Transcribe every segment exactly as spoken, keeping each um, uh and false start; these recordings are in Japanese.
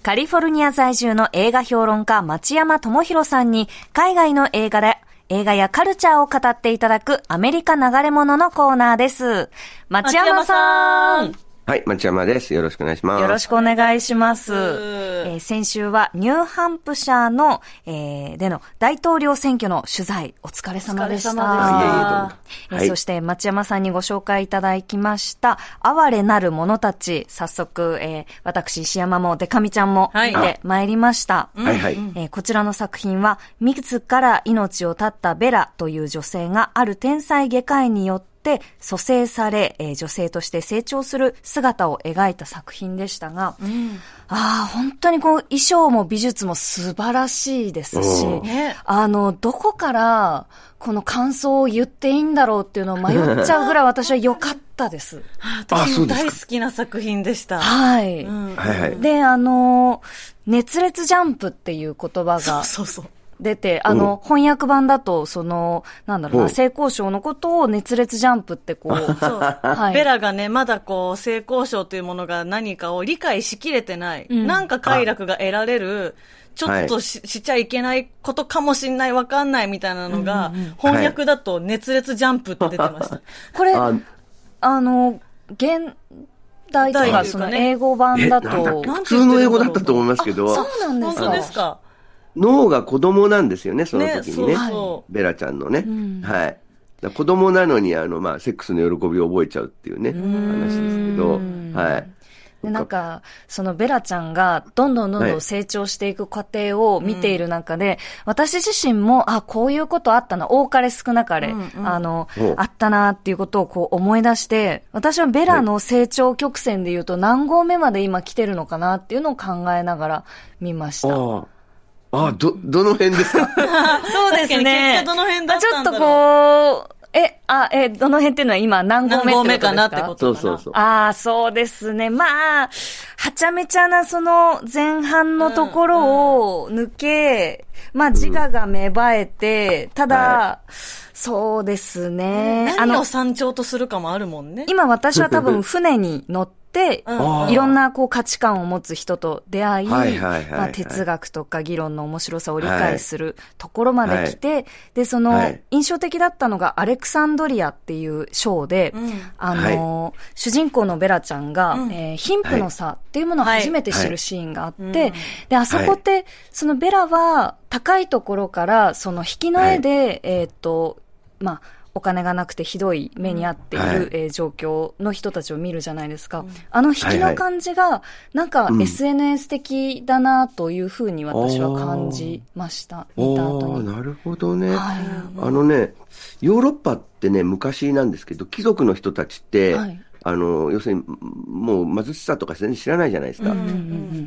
カリフォルニア在住の映画評論家町山智博さんに海外の映画で映画やカルチャーを語っていただくアメリカ流れ物のコーナーです。町山さん。 はい、町山です。よろしくお願いします。 よろしくお願いします。えー、先週はニューハンプシャーの、えー、での大統領選挙の取材お疲れ様でした。お疲れ様でした。えーはい、そして町山さんにご紹介いただきました哀れなる者たち、早速、えー、私石山もデカミちゃんも見てまいりました。 はいはい。 えー、こちらの作品は自ら命を絶ったベラという女性がある天才外科医によってで蘇生され、えー、女性として成長する姿を描いた作品でしたが、うん、ああ本当にこう衣装も美術も素晴らしいですし、ね、あのどこからこの感想を言っていいんだろうっていうのを迷っちゃうぐらい私は良かったです。 私も大好きな作品でした。 はい、うん、 はいはい。 であの熱烈ジャンプっていう言葉がそうそうそう出て、あの、うん、翻訳版だと、その、なんだろうな、性交渉のことを熱烈ジャンプってこう、 そう、はい、ベラがね、まだこう、性交渉というものが何かを理解しきれてない、うん、なんか快楽が得られる、ちょっと し,、はい、しちゃいけないことかもしんない、わかんないみたいなのが、うんうんうん、翻訳だと熱烈ジャンプって出てました。はい、 これ、あ, あの、現、代とか、その英語版だと。 普通の英語だったと思いますけど。 そうなんですか。 本当ですか。 脳が子供なんですよね、その時にね。ね、 そうそう。 ベラちゃんのね。うん、はい。子供なのに、あの、まあ、セックスの喜びを覚えちゃうっていうね、話ですけど、はい。 で、なんか、そのベラちゃんがどんどんどんどん成長していく過程を見ている中で、はい、私自身も、あ、こういうことあったな、多かれ少なかれ、うんうん、あの、あったなっていうことをこう思い出して、私はベラの成長曲線で言うと何号目まで今来てるのかなっていうのを考えながら見ました。 ああ、ど、どの辺ですかそうですね。 結果どの辺だったんだろう。 ちょっとこう、え、あ、え、どの辺っていうのは今何号目ってことですか？何号目かなってことかな。 そうそうそう。 ああ、そうですね。まあ、はちゃめちゃなその前半のところを抜け、うんうん、まあ自我が芽生えて、ただ、はい、そうですね。 何を山頂とするかもあるもんね。 今私は多分船に乗って、で、うん、いろんなこう価値観を持つ人と出会い、はいはいはいはい、まあ、哲学とか議論の面白さを理解するところまで来て、はい、で、その、はい、印象的だったのがアレクサンドリアっていうショーで、うん、あの、はい、主人公のベラちゃんが、うんえー、貧富の差っていうものを初めて知るシーンがあって、はいはい、で、あそこって、はい、そのベラは高いところからその引きの絵で、はい、えー、っと、まあ、お金がなくてひどい目に遭っている、はいえー、状況の人たちを見るじゃないですか。うん、あの引きの感じが、なんか エスエヌエス 的だなというふうに私は感じました。うん、見た後に。 なるほどね、はい。あのね、ヨーロッパってね、昔なんですけど、貴族の人たちって、はい、あの、要するに、もう貧しさとか全然知らないじゃないですか。うんうんうん、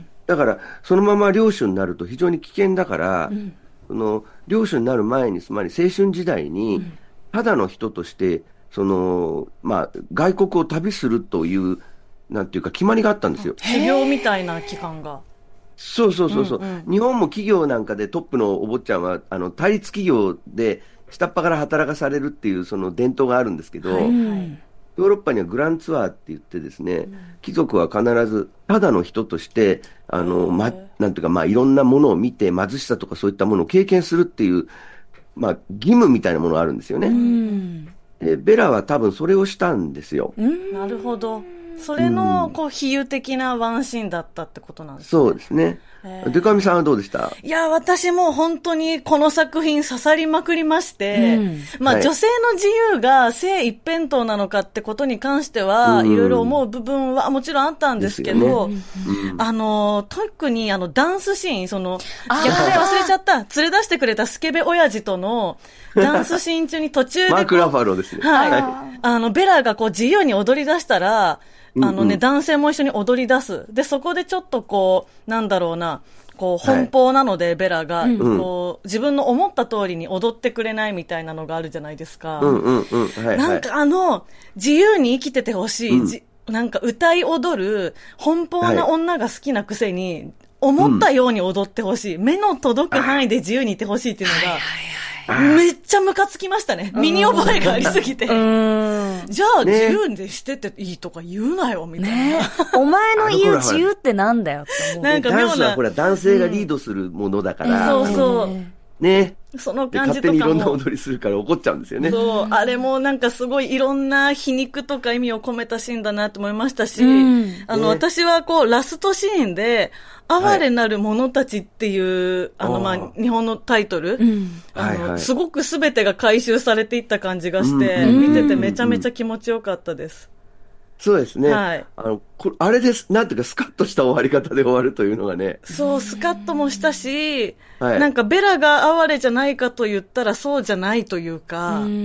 だから、そのまま領主になると非常に危険だから、うん、その領主になる前に、つまり青春時代に、うんただの人として、その、まあ、外国を旅するという、なんていうか決まりがあったんですよ。 修行みたいな期間が。 そうそうそうそう、うんうん。日本も企業なんかでトップのお坊ちゃんは、あの、対立企業で下っ端から働かされるっていうその伝統があるんですけど、はいはい、ヨーロッパにはグランツアーって言ってですね、うん、貴族は必ずただの人として、あの、ま、なんていうか、まあ、いろんなものを見て貧しさとかそういったものを経験するっていう、まあ、義務みたいなものがあるんですよね。うんでベラは多分それをしたんですよ。 うんなるほど。それの、こう、比喩的なワンシーンだったってことなんですね。 そうですね。デカミさんはどうでした？ いや、私も本当にこの作品刺さりまくりまして、うん、まあ、はい、女性の自由が性一辺倒なのかってことに関しては、いろいろ思う部分はもちろんあったんですけど、ねうん、あの、特にあの、ダンスシーン、その、逆で忘れちゃった、連れ出してくれたスケベ親父とのダンスシーン中に途中で。 マーク・ラファローですね。 はい。はい、あの、ベラがこう自由に踊り出したら、あのね、うんうん、男性も一緒に踊り出す。で、そこでちょっとこう、なんだろうな、こう、奔放なので、はい、ベラが、こう、自分の思った通りに踊ってくれないみたいなのがあるじゃないですか。 うんうんうんはいはい、 なんかあの、自由に生きててほしい、うん、じなんか歌い踊る、奔放な女が好きなくせに、思ったように踊ってほしい、うん。目の届く範囲で自由にいてほしいっていうのが、 めっちゃムカつきましたね。身に覚えがありすぎて。じゃあ、自由でしてていいとか言うなよ、みたいな。ね、 お前の言う自由ってなんだよって思う。 なんかダンスはほら、男性がリードするものだから。 うん、そうそう。 ね。 その感じとかも。勝手にいろんな踊りするから怒っちゃうんですよね。 そう。あれもなんかすごいいろんな皮肉とか意味を込めたシーンだなと思いましたし、うん、あの、ね、私はこう、ラストシーンで、哀れなる者たちっていう、はい、あの、まあ、日本のタイトル、うん、あの、はいはい、すごくすべてが回収されていった感じがして、うん、見ててめちゃめちゃ気持ちよかったです。 そうですね。はい。あの、こあれです、なんていうか、スカッとした終わり方で終わるというのがね。 そう、スカッともしたし、はい、なんか、ベラが哀れじゃないかと言ったらそうじゃないというか、うん、うん、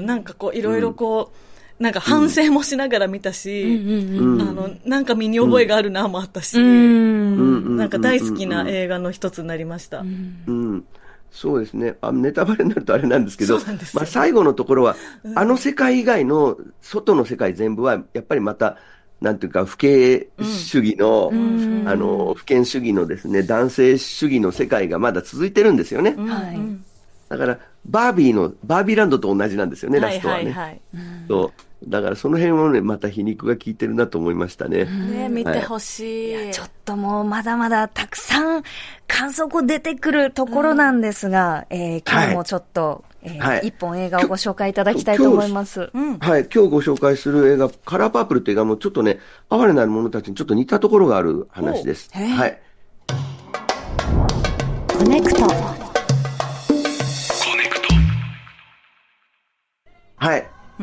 なんかこう、いろいろこう、うん、なんか反省もしながら見たし、うん、あの、なんか身に覚えがあるなもあったし、うん、なんか大好きな映画の一つになりました。うん、 うんそうですね。あ、ネタバレになるとあれなんですけど、まあ最後のところは、うん、あの世界以外の外の世界全部は、やっぱりまた、なんていうか、不敬主義の、うん、あの、不権主義のですね、男性主義の世界がまだ続いてるんですよね。はい。だから、バービーの、バービーランドと同じなんですよね、ラストはね。はいはいはい。そう。だからその辺もね、また皮肉が効いてるなと思いましたね。 ね、見てほしい。 はい、いやちょっともうまだまだたくさん感想が出てくるところなんですが、うんえー、今日もちょっと、はいえーはい、一本映画をご紹介いただきたいと思います。 うん、はい、今日ご紹介する映画、カラーパープルっていう映画もちょっとね、哀れなる者たちにちょっと似たところがある話です。はい。 コネクト。 はい。 うん。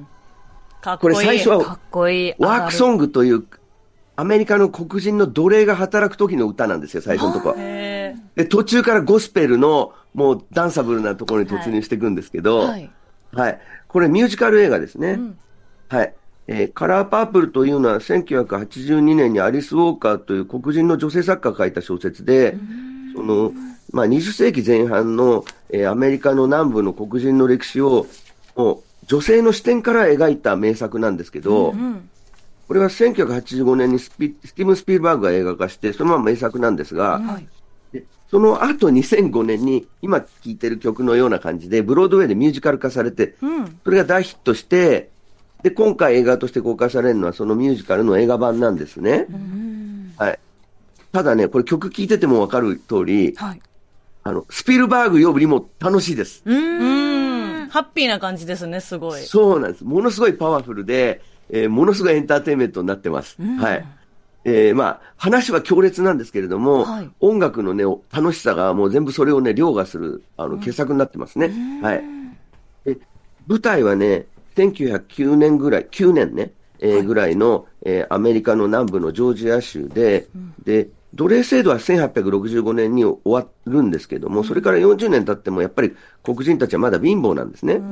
かっこいい。 これ最初は、 かっこいい。 ワークソングという、アメリカの黒人の奴隷が働く時の歌なんですよ、最初のところ。で、途中からゴスペルの、もうダンサブルなところに突入していくんですけど、はい。はい、これミュージカル映画ですね。うん、はい。えー、カラーパープルというのはせんきゅうひゃくはちじゅうにねんにアリス・ウォーカーという黒人の女性作家が書いた小説で、その、まあ、にじゅっせいきぜん半の、えー、アメリカの南部の黒人の歴史を、もう、女性の視点から描いた名作なんですけど、うんうん、これはせんきゅうひゃくはちじゅうごねんにスピスティーブン・スピルバーグが映画化して、そのまま名作なんですが、はい、でその後にせんごねんに今聴いてる曲のような感じで、ブロードウェイでミュージカル化されて、うん、それが大ヒットして、で、今回映画として公開されるのはそのミュージカルの映画版なんですね。うん、はい。ただね、これ曲聴いててもわかる通り、はい、あの、スピルバーグよりも楽しいです。 うーんハッピーな感じですね、すごい。 そうなんです。ものすごいパワフルで、えー、ものすごいエンターテインメントになってます。うん、はい。えー、まあ、話は強烈なんですけれども、はい、音楽のね、楽しさがもう全部それをね、凌駕する、あの、傑作になってますね。うん、はい。で、舞台はね、せんきゅうひゃくきゅうねんぐらい、きゅうねんね、えーはい、ぐらいの、えー、アメリカの南部のジョージア州で、うん、で、奴隷制度はせんはっぴゃくろくじゅうごねんに終わるんですけども、それからよんじゅうねん経ってもやっぱり黒人たちはまだ貧乏なんですね。うん、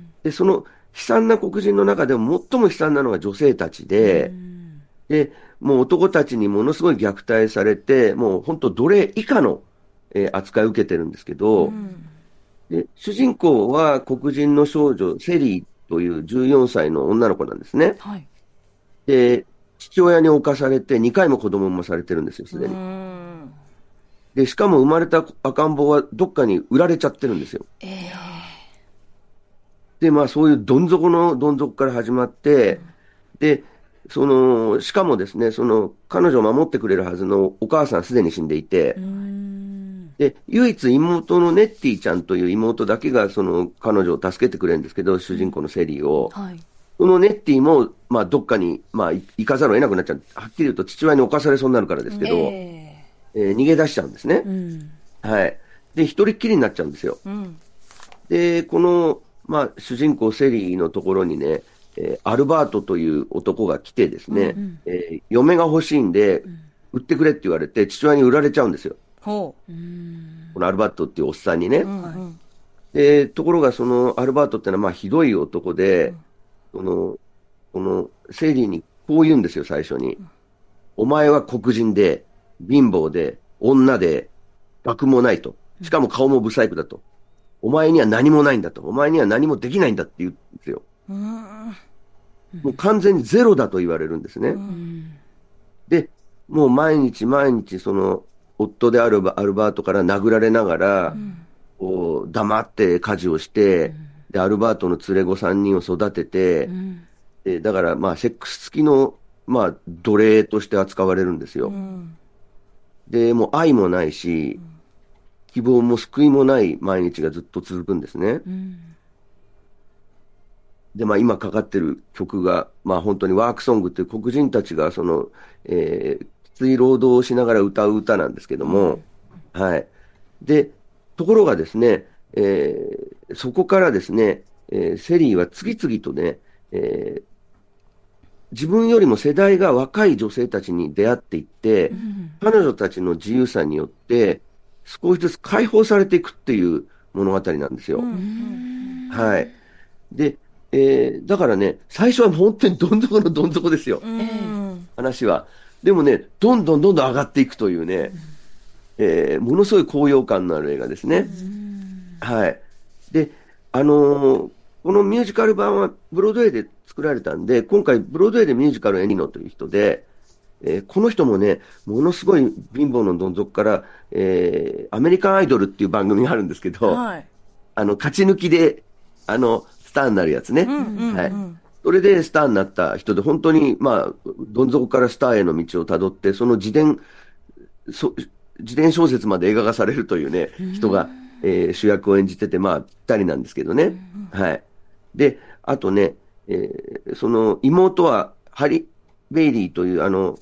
で、その悲惨な黒人の中でも最も悲惨なのが女性たちで、うん、で、もう男たちにものすごい虐待されて、もう本当奴隷以下の、えー、扱いを受けてるんですけど、うん、で、主人公は黒人の少女、セリーというじゅうよんさいの女の子なんですね。はい、で、父親に侵されてにかいも子供もされてるんですよ、すでに。で、しかも生まれた赤ん坊はどっかに売られちゃってるんですよ。えー、で、まあそういうどん底のどん底から始まって、うん、で、その、しかもですね、その、彼女を守ってくれるはずのお母さんすでに死んでいて、で、唯一妹のネッティちゃんという妹だけがその彼女を助けてくれるんですけど、主人公のセリーを。はい、このネッティも、まあ、どっかに、まあ、行かざるを得なくなっちゃう。はっきり言うと、父親に侵されそうになるからですけど、えーえー、逃げ出しちゃうんですね。うん、はい。で、一人っきりになっちゃうんですよ。うん、で、この、まあ、主人公セリーのところにね、えー、アルバートという男が来てですね、うんうん、えー、嫁が欲しいんで、うん、売ってくれって言われて、父親に売られちゃうんですよ。ほう。このアルバートっていうおっさんにね。うんうん、で、ところがそのアルバートってのは、まあ、ひどい男で、うんその、この、セリーにこう言うんですよ、最初に。うん、お前は黒人で、貧乏で、女で、学もないと。しかも顔もブサイクだと。お前には何もないんだと。お前には何もできないんだって言うんですよ。うん、もう完全にゼロだと言われるんですね。うん、で、もう毎日毎日その、夫であるアルバートから殴られながら、うん、 こう黙って家事をして、うん、で、アルバートの連れ子さんにんを育てて、うん、でだからまあ、セックス付きの、まあ、奴隷として扱われるんですよ。うん、で、もう愛もないし、うん、希望も救いもない毎日がずっと続くんですね。うん、で、まあ今かかってる曲が、まあ本当にワークソングっていう黒人たちがその、えー、きつい労働をしながら歌う歌なんですけども、うん、はい。で、ところがですね、えー、そこからですね、えー、セリーは次々とね、えー、自分よりも世代が若い女性たちに出会っていって、うん、彼女たちの自由さによって少しずつ解放されていくっていう物語なんですよ。うん、はい。で、えー、だからね、最初は本当にどん底のどん底ですよ。うん、話は。でもね、どんどんどんどん上がっていくというね、うん、えー、ものすごい高揚感のある映画ですね。うん、はい。で、あのー、このミュージカル版はブロードウェイで作られたんで、今回ブロードウェイでミュージカルを演じるのという人で、えー、この人もね、ものすごい貧乏のどん底から、えー、アメリカンアイドルっていう番組があるんですけど、はい、あの、勝ち抜きで、あの、スターになるやつね。うんうんうん、はい。それでスターになった人で、本当に、まあ、どん底からスターへの道をたどって、その自伝、そ自伝小説まで映画化されるというね、人が、えー、主役を演じてて、まあ、ぴったりなんですけどね。うん、はい。で、あとね、えー、その妹は、ハリ・ベイリーという、あの、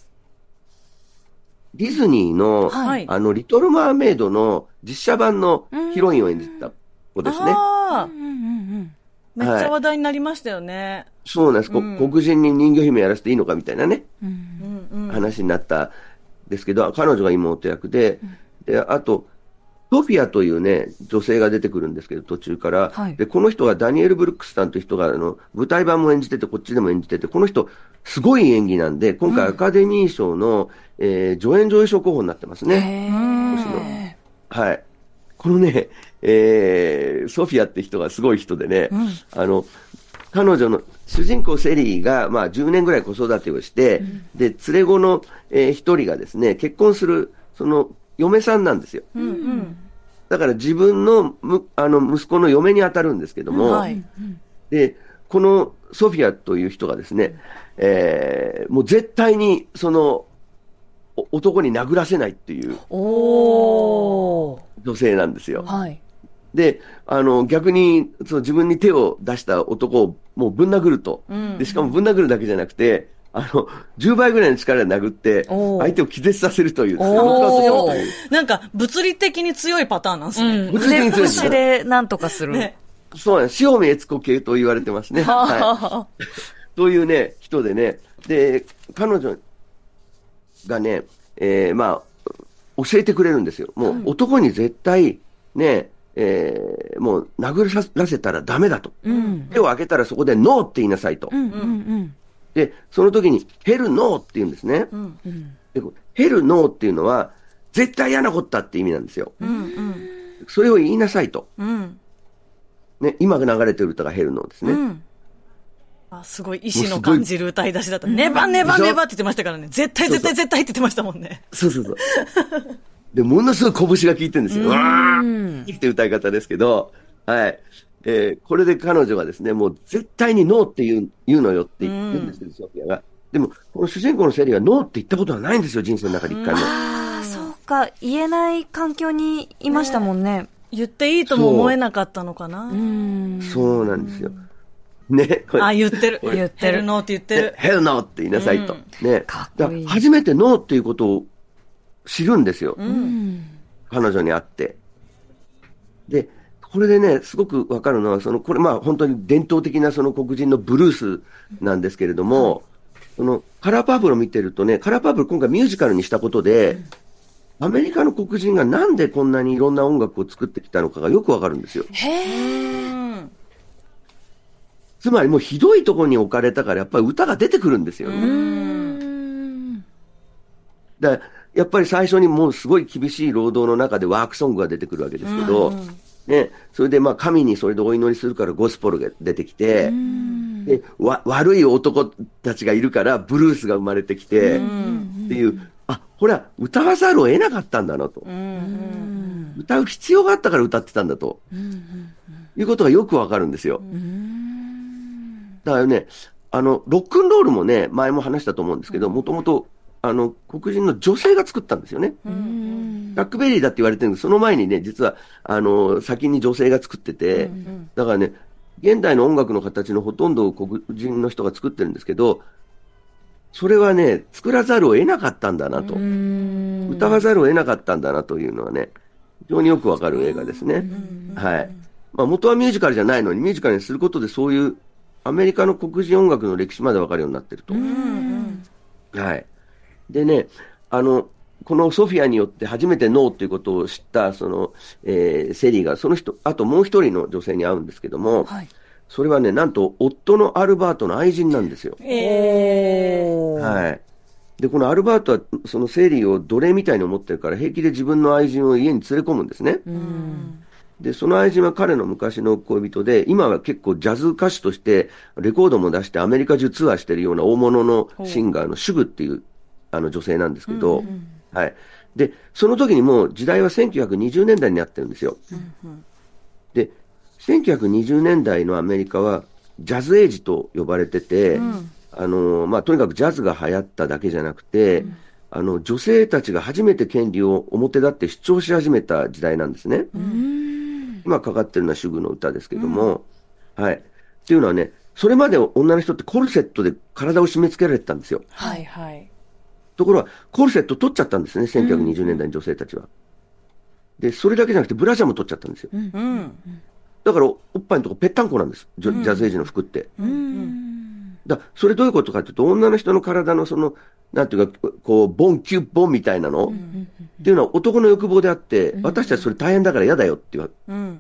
ディズニーの、はい、あの、リトル・マーメイドの実写版のヒロインを演じた子ですね。ああ。 めっちゃ話題になりましたよね。はい、 そうなんです、うん。黒人に人魚姫やらせていいのかみたいなね、うんうん、話になったんですけど、彼女が妹役で、うん、で、あと、ソフィアというね、女性が出てくるんですけど、途中から。はい、で、この人はダニエル・ブルックスさんという人が、あの、舞台版も演じてて、こっちでも演じてて、この人、すごい演技なんで、今回アカデミー賞の、うん、えー、助演女優賞候補になってますね。今年の。はい。このね、えー、ソフィアって人がすごい人でね、うん、あの、彼女の主人公セリーが、まあ、じゅうねんぐらい子育てをして、うん、で、連れ子の、えー、一人がですね、結婚する、その、嫁さんなんですよ。うんうん、だから自分の、む、あの、息子の嫁に当たるんですけども、うんはい、で、このソフィアという人がですね、えー、もう絶対に、その、男に殴らせないっていう、女性なんですよ。はい。で、あの、逆に、その自分に手を出した男をもうぶん殴ると。うん、で、しかもぶん殴るだけじゃなくて、あの、じゅうばいぐらいの力で殴って、相手を気絶させるという、 なんか、物理的に強いパターンなんですね。うん、 物理的に強いですね。でなんとかする。ね、 そうなんです。塩見悦子系と言われてますね。はい。というね、人でね、で、彼女がね、えー、まあ、教えてくれるんですよ。もう、男に絶対、ね、えー、もう、殴らせたらダメだと。うん、手を挙げたらそこでノーって言いなさいと。うんうんうんで、その時に、ヘルノーって言うんですね。うんうん、でヘルノーっていうのは、絶対嫌なことだって意味なんですよ。うんうん、それを言いなさいと。うん、ね、今流れてる歌がヘルノーですね。うん、 あすごい意志の感じる歌い出しだった。ネバネバネバって言ってましたからね。絶対絶対絶対って言ってましたもんね。 そうそうそう。で、ものすごい拳が効いてるんですよ。うわーって歌い方ですけど、はい。えー、これで彼女がですね、もう絶対にノーって言う、言うのよって言うんですけど、ソフィアが。でも、この主人公のセリーはノーって言ったことはないんですよ、人生の中で一回も。 ああ、そうか。言えない環境にいましたもんね。ね言っていいとも思えなかったのかな。 そう、うんそうなんですよ。ね。 これあ、言ってる。言ってる。ノーって言ってる。 ヘルノーって言いなさいと。うん、ね。かっこいい。初めてノーっていうことを知るんですよ。うん、彼女に会って。で、これでね、すごくわかるのは、その、これまあ本当に伝統的なその黒人のブルースなんですけれども、はい、そのカラーパープルを見てるとね、カラーパープル今回ミュージカルにしたことで、うん、アメリカの黒人がなんでこんなにいろんな音楽を作ってきたのかがよくわかるんですよ。へー。つまりもうひどいところに置かれたからやっぱり歌が出てくるんですよね。うーんだからやっぱり最初にもうすごい厳しい労働の中でワークソングが出てくるわけですけど、ね、それでまあ神にそれでお祈りするからゴスポルが出てきて、でわ悪い男たちがいるからブルースが生まれてきてっていう、あ、これは歌わざるを得なかったんだなと歌う必要があったから歌ってたんだと、うんうんうん、いうことがよくわかるんですよ。だからね、あの、ロックンロールもね、前も話したと思うんですけど、もともと、あの、黒人の女性が作ったんですよね。ブラックベリーだって言われてるんです。その前にね、実は、あの、先に女性が作ってて、うんうん、だからね、現代の音楽の形のほとんどを黒人の人が作ってるんですけど、それはね、作らざるを得なかったんだなと。歌わざるを得なかったんだなというのはね、非常によくわかる映画ですね。はい。まあ、元はミュージカルじゃないのに、ミュージカルにすることでそういうアメリカの黒人音楽の歴史までわかるようになってると。はい。でね、あの、このソフィアによって初めてノーということを知った、その、えー、セリーが、その人、あともう一人の女性に会うんですけども、はい、それはね、なんと、夫のアルバートの愛人なんですよ。えー、はい。で、このアルバートは、そのセリーを奴隷みたいに思ってるから、平気で自分の愛人を家に連れ込むんですね。うん、で、その愛人は彼の昔の恋人で、今は結構ジャズ歌手として、レコードも出してアメリカ中ツアーしてるような大物のシンガーのシュグっていう、あの女性なんですけど、うんうん、はい。で、その時にもう時代はせんきゅうひゃくにじゅうねんだいになってるんですよ。うんうん、で、せんきゅうひゃくにじゅうねんだいのアメリカはジャズエイジと呼ばれてて、うん、あの、まあ、とにかくジャズが流行っただけじゃなくて、うん、あの、女性たちが初めて権利を表立って主張し始めた時代なんですね。うん、今かかってるのはシュグの歌ですけども、うん、はい。っていうのはね、それまで女の人ってコルセットで体を締め付けられてたんですよ。 はいはい。 ところが、コルセット取っちゃったんですね、せんきゅうひゃくにじゅうねんだいに女性たちは。で、それだけじゃなくて、ブラジャーも取っちゃったんですよ。うんうん、だから、おっぱいのとこぺったんこなんです、ジャズエイジの服って。うんうん、だそれどういうことかというと、女の人の体のその、なんていうか、こう、ボン、キュッ、ボンみたいなの、うんうんうん、っていうのは男の欲望であって、うんうん、私たちそれ大変だから嫌だよっていう、うんうん、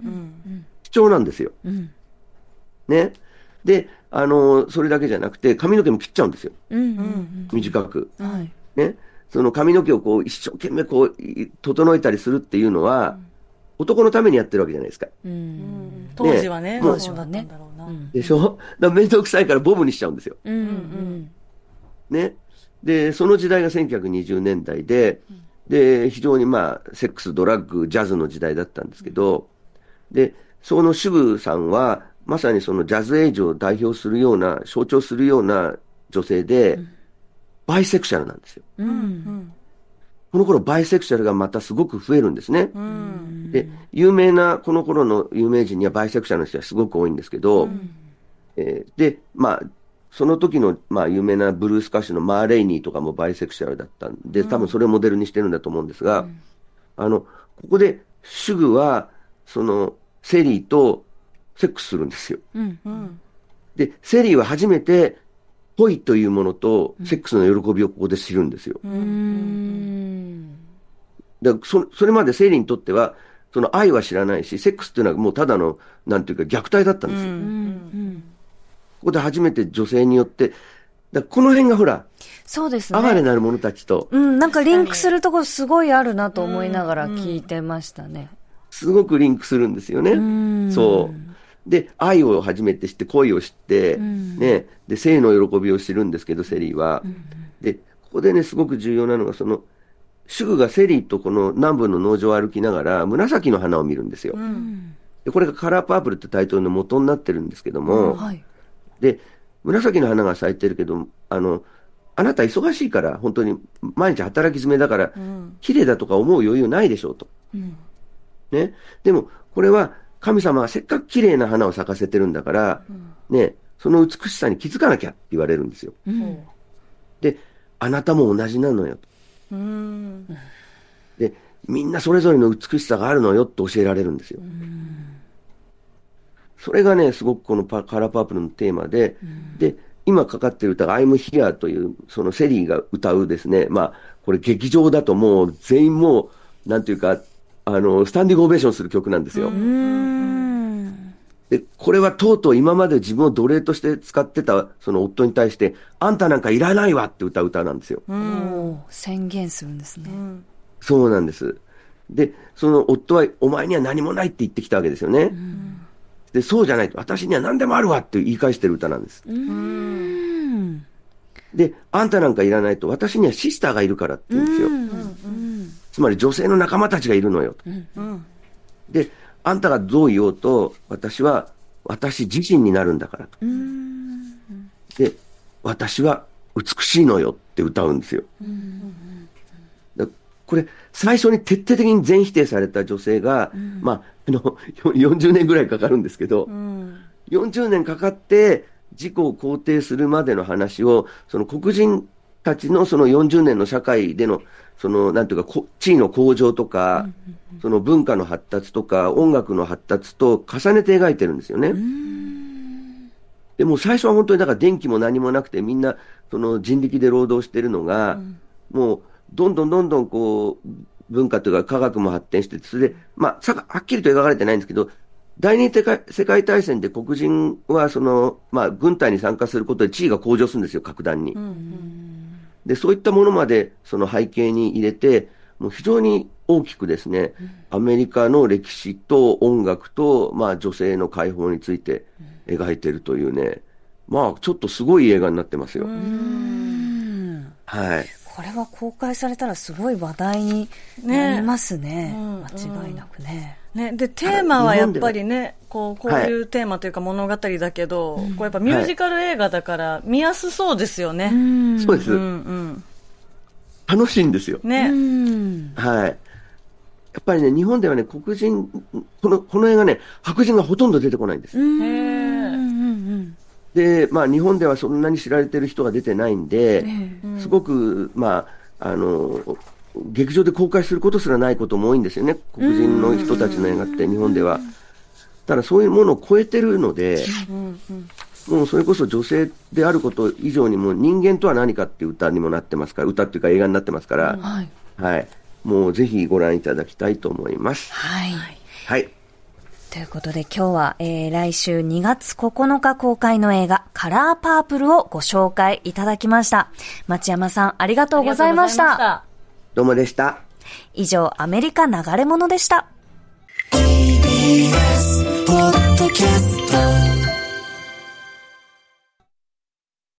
主張なんですよ。うん、ね。で、あの、それだけじゃなくて、髪の毛も切っちゃうんですよ。うんうんうん、短く。はいね、その髪の毛をこう一生懸命こう整えたりするっていうのは、うん、男のためにやってるわけじゃないですか。うん、 当時はね、当時はね。 でしょ？だから面倒くさいからボブにしちゃうんですよ。うんうん、ね。で、その時代がせんきゅうひゃくにじゅうねんだいで、うん、で、非常にまあ、セックス、ドラッグ、ジャズの時代だったんですけど、で、そのシュグさんは、まさにそのジャズエイジを代表するような、象徴するような女性で、うんバイセクシャルなんですよ、うんうん。この頃バイセクシャルがまたすごく増えるんですね。うん、で、有名な、この頃の有名人にはバイセクシャルの人はすごく多いんですけど、うんえー、で、まあ、その時の、まあ、有名なブルース歌手のマー・レイニーとかもバイセクシャルだったんで、多分それをモデルにしてるんだと思うんですが、うん、あの、ここでシュグは、その、セリーとセックスするんですよ。うんうん、で、セリーは初めて、恋というものとセックスの喜びをここで知るんですよ。うーんだから そ, それまでセイリーにとってはその愛は知らないし、セックスっていうのはもうただのなんていうか虐待だったんですよ。うんうん、ここで初めて女性によって、だこの辺がほら、 そうですね。 哀れなる者たちと、 うん、なんかリンクするところすごいあるなと思いながら聞いてましたね。 すごくリンクするんですよね。うんそう。で、愛を初めて知って、恋を知って、うん、ね、で、性の喜びを知るんですけど、セリーは。うん、で、ここでね、すごく重要なのが、その、シュグがセリーとこの南部の農場を歩きながら、紫の花を見るんですよ。うん、で、これがカラーパープルってタイトルの元になってるんですけども、うんはい、で、紫の花が咲いてるけど、あの、あなた忙しいから、本当に毎日働き詰めだから、うん、綺麗だとか思う余裕ないでしょうと。うん、ね。でも、これは、神様はせっかく綺麗な花を咲かせてるんだから、うん、ね、その美しさに気づかなきゃって言われるんですよ。うん、で、あなたも同じなのよと、うん。で、みんなそれぞれの美しさがあるのよって教えられるんですよ。うん、それがね、すごくこのパカラーパープルのテーマで、うん、で、今かかってる歌が I'm Here という、そのセリーが歌うですね、まあ、これ劇場だともう全員もう、なんていうか、あの、スタンディングオベーションする曲なんですよ。うーんで、これはとうとう今まで自分を奴隷として使ってたその夫に対して、あんたなんかいらないわって歌う歌なんですよ。 うん宣言するんですね。 そうなんです。で、その夫はお前には何もないって言ってきたわけですよね。うんで、そうじゃないと、私には何でもあるわって言い返してる歌なんです。うんで、あんたなんかいらないと、私にはシスターがいるからって言うんですよ。うんうんつまり女性の仲間たちがいるのよ。うんうん、で、あんたがどう言おうと、私は私自身になるんだからと。うんで、私は美しいのよって歌うんですよ。うんこれ、最初に徹底的に全否定された女性が、うん、まあ、あの、よんじゅうねんぐらいかかるんですけど、うん、よんじゅうねんかかって自己を肯定するまでの話を、その黒人たちのそのよんじゅうねんの社会での、その、なんていうか、地位の向上とか、うん、その文化の発達とか、音楽の発達と重ねて描いてるんですよね。うん、でも最初は本当にだから電気も何もなくて、みんな、その人力で労働してるのが、うん、もう、どんどんどんどんこう、文化というか科学も発展して、それで、まあ、はっきりと描かれてないんですけど、第二次世界大戦で黒人は、その、まあ、軍隊に参加することで地位が向上するんですよ、格段に。うんうん、で、そういったものまで、その背景に入れて、もう非常に大きくですね、アメリカの歴史と音楽と、まあ、女性の解放について描いてるというね、まあ、ちょっとすごい映画になってますよ。うんはい。 これは公開されたらすごい話題になりますね。ねうん、間違いなくね。 ね、で、テーマはやっぱりね、こう、こういうテーマというか物語だけど、はい、こうやっぱミュージカル映画だから見やすそうですよね。はい、 うそうです、うんうん。楽しいんですよ。ね。はい。やっぱりね、日本ではね、黒人、この、この映画ね、白人がほとんど出てこないんです。へー。で、まあ、日本ではそんなに知られてる人が出てないんで、すごく、まあ、あの、劇場で公開することすらないことも多いんですよね。黒人の人たちの映画って日本では。ただそういうものを超えてるので、もうそれこそ女性であること以上にも人間とは何かっていう歌にもなってますから、歌っていうか映画になってますから、はい。はい。もうぜひご覧いただきたいと思います。はい。はい。 ということで今日は、えー、来週にがつここのか公開の映画カラーパープルをご紹介いただきました。町山さんありがとうございました。 どうもでした。 以上アメリカ流れ物でした。ティービーエス ポッドキャスト